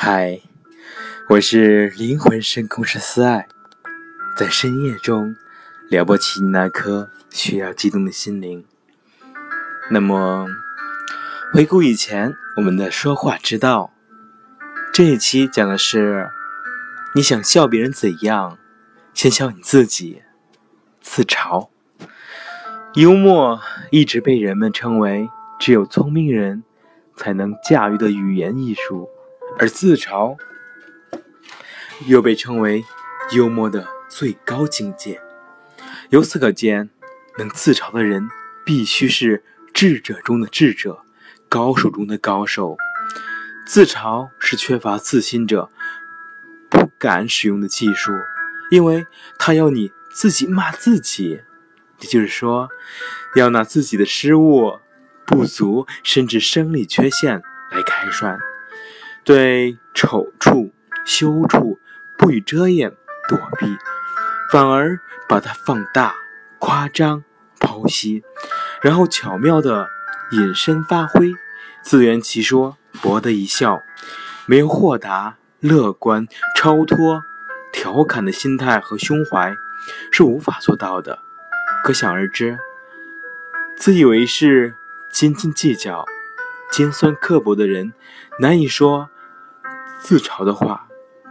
嗨，我是灵魂深空师思爱，在深夜中撩拨起你那颗需要激动的心灵。那么，回顾以前我们的说话之道，这一期讲的是你想笑别人怎样，先笑你自己。自嘲。幽默一直被人们称为只有聪明人才能驾驭的语言艺术，而自嘲又被称为幽默的最高境界。由此可见，能自嘲的人必须是智者中的智者，高手中的高手。自嘲是缺乏自信者不敢使用的技术，因为他要你自己骂自己，也就是说，要拿自己的失误、不足甚至生理缺陷来开涮，对丑处、羞处不予遮掩、躲避，反而把它放大、夸张、剖析，然后巧妙地引申发挥，自圆其说，博得一笑。没有豁达、乐观、超脱、调侃的心态和胸怀，是无法做到的。可想而知，自以为是、斤斤计较、尖酸刻薄的人，难以说自嘲的话。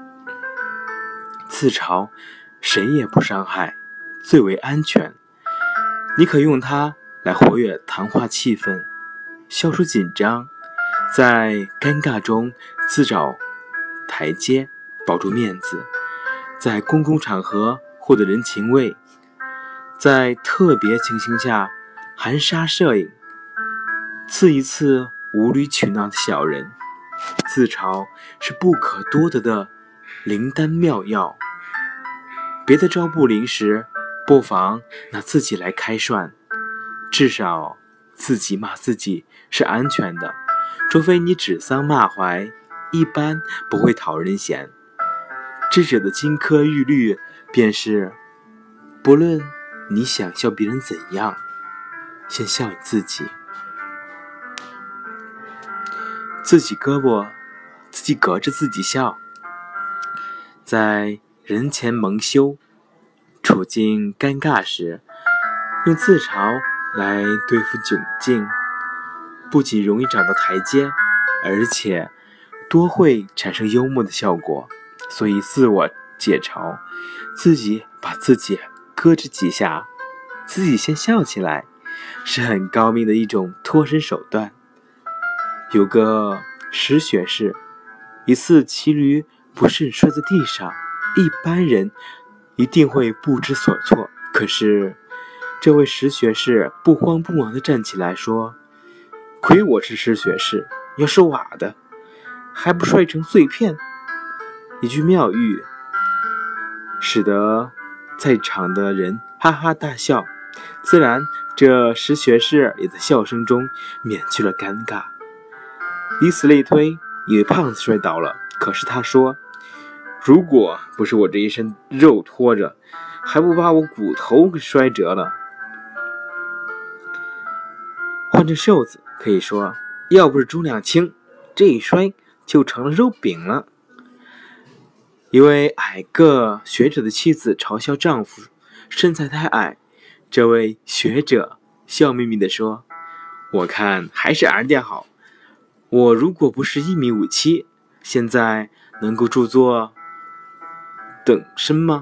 自嘲谁也不伤害，最为安全。你可用它来活跃谈话气氛，消除紧张，在尴尬中自找台阶，保住面子，在公共场合获得人情味，在特别情形下含沙射影，次一次无理取闹的小人。自嘲是不可多得的灵丹妙药，别的招不灵时，不妨拿自己来开涮，至少自己骂自己是安全的，除非你指桑骂槐，一般不会讨人嫌。智者的金科玉律便是，不论你想笑别人怎样，先笑你自己。自己胳膊自己隔着自己笑，在人前蒙羞，处境尴尬时，用自嘲来对付窘境，不仅容易找到台阶，而且多会产生幽默的效果。所以自我解嘲，自己把自己搁置几下，自己先笑起来，是很高明的一种脱身手段。有个石学士，一次骑驴不慎摔在地上，一般人一定会不知所措，可是这位石学士不慌不忙地站起来说，亏我是石学士，要是瓦的还不摔成碎片。一句妙语使得在场的人哈哈大笑，自然这石学士也在笑声中免去了尴尬。以此类推，一位胖子摔倒了，可是他说，如果不是我这一身肉拖着，还不把我骨头给摔折了。换成瘦子可以说，要不是重量轻，这一摔就成了肉饼了。一位矮个学者的妻子嘲笑丈夫身材太矮，这位学者笑眯眯地说，我看还是矮点好，我如果不是1.57米，现在能够著作等身吗？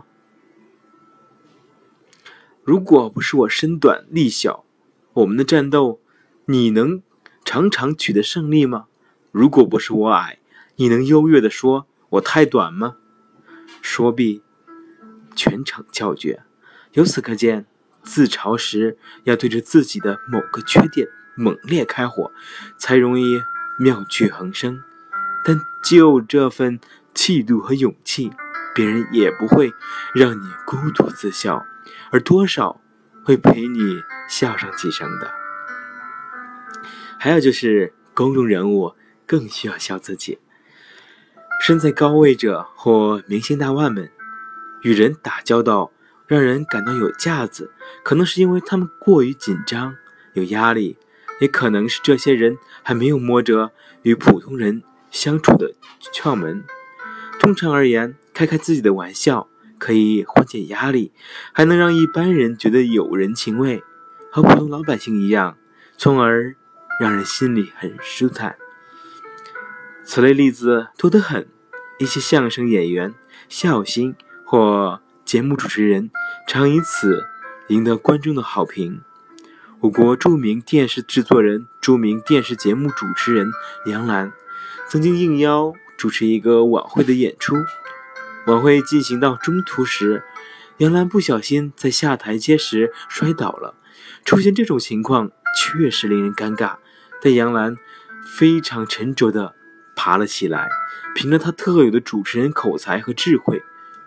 如果不是我身短力小，我们的战斗你能常常取得胜利吗？如果不是我矮，你能优越地说我太短吗？说毕，全场叫绝。由此可见，自嘲时要对着自己的某个缺点猛烈开火，才容易妙趣横生。但就这份气度和勇气，别人也不会让你孤独自笑，而多少会陪你笑上几声的。还有就是公众人物更需要笑自己。身在高位者或明星大腕们与人打交道，让人感到有架子，可能是因为他们过于紧张有压力，也可能是这些人还没有摸着与普通人相处的窍门。通常而言，开自己的玩笑可以缓解压力，还能让一般人觉得有人情味，和普通老百姓一样，从而让人心里很舒坦。此类例子多得很，一些相声演员、笑星或节目主持人常以此赢得观众的好评。我国著名电视制作人、著名电视节目主持人杨澜曾经应邀主持一个晚会的演出。晚会进行到中途时，杨澜不小心在下台阶时摔倒了。出现这种情况确实令人尴尬，但杨澜非常沉着地爬了起来，凭着她特有的主持人口才和智慧，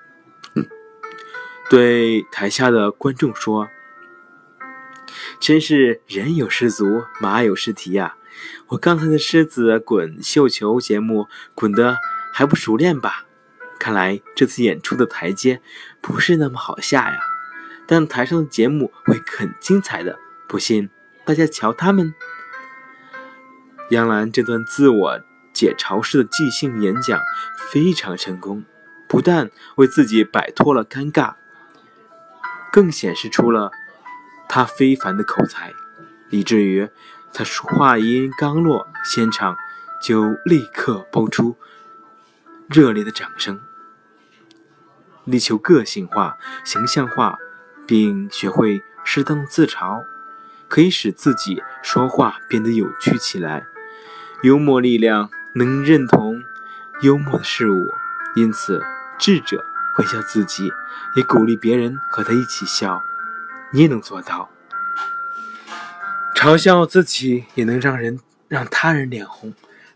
对台下的观众说：“真是人有失足，马有失蹄呀！我刚才的狮子滚绣球节目滚得还不熟练吧？看来这次演出的台阶不是那么好下呀，但台上的节目会很精彩的，不信大家瞧他们。”杨澜这段自我解嘲式的即兴演讲非常成功，不但为自己摆脱了尴尬，更显示出了他非凡的口才，以至于他话音刚落，现场就立刻爆出热烈的掌声。力求个性化、形象化，并学会适当的自嘲，可以使自己说话变得有趣起来。幽默力量能认同幽默的事物，因此智者会笑自己，也鼓励别人和他一起笑。你也能做到。嘲笑自己也能让他人脸红。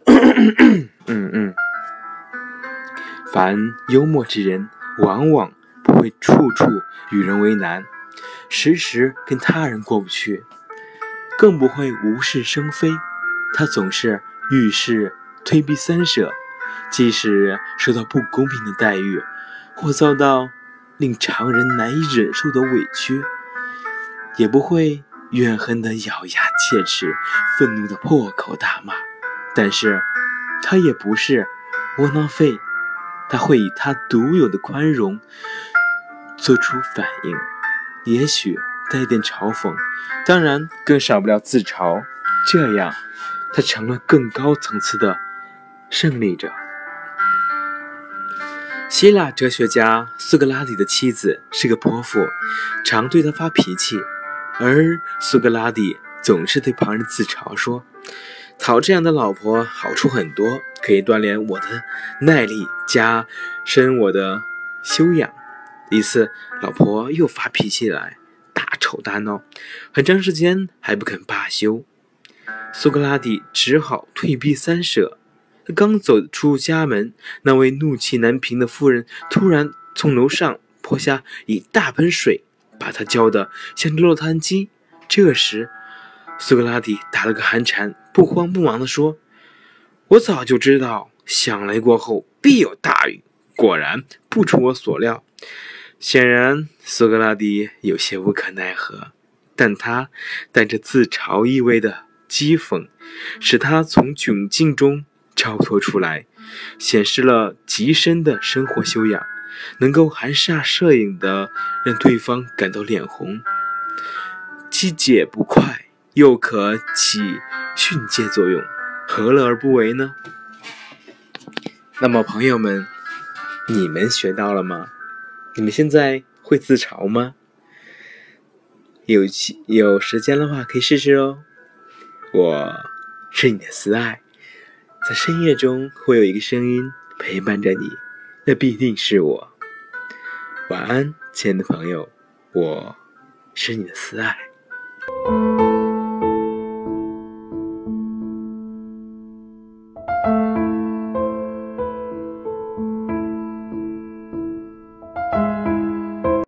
凡幽默之人，往往不会处处与人为难，时时跟他人过不去，更不会无事生非。他总是遇事退避三舍，即使受到不公平的待遇，或遭到令常人难以忍受的委屈，也不会怨恨的咬牙切齿，愤怒的破口大骂。但是他也不是窝囊废，他会以他独有的宽容做出反应，也许带点嘲讽，当然更少不了自嘲，这样他成了更高层次的胜利者。希腊哲学家苏格拉底的妻子是个泼妇，常对他发脾气，而苏格拉底总是对旁人自嘲说：“讨这样的老婆好处很多，可以锻炼我的耐力，加深我的修养。”一次，老婆又发脾气来，大吵大闹，很长时间还不肯罢休。苏格拉底只好退避三舍。他刚走出家门，那位怒气难平的妇人突然从楼上泼下一大盆水，把他浇得像落汤鸡。这时苏格拉底打了个寒颤，不慌不忙地说：“我早就知道，响雷过后必有大雨。”果然不出我所料。显然苏格拉底有些无可奈何，但他带着自嘲意味的讥讽，使他从窘境中超脱出来，显示了极深的生活修养，能够含沙射影的让对方感到脸红，既解不快，又可起训诫作用，何乐而不为呢？那么朋友们，你们学到了吗？你们现在会自嘲吗？有时间的话可以试试哦。我是你的思爱，在深夜中会有一个声音陪伴着你，那必定是我。晚安，亲爱的朋友，我是你的思爱。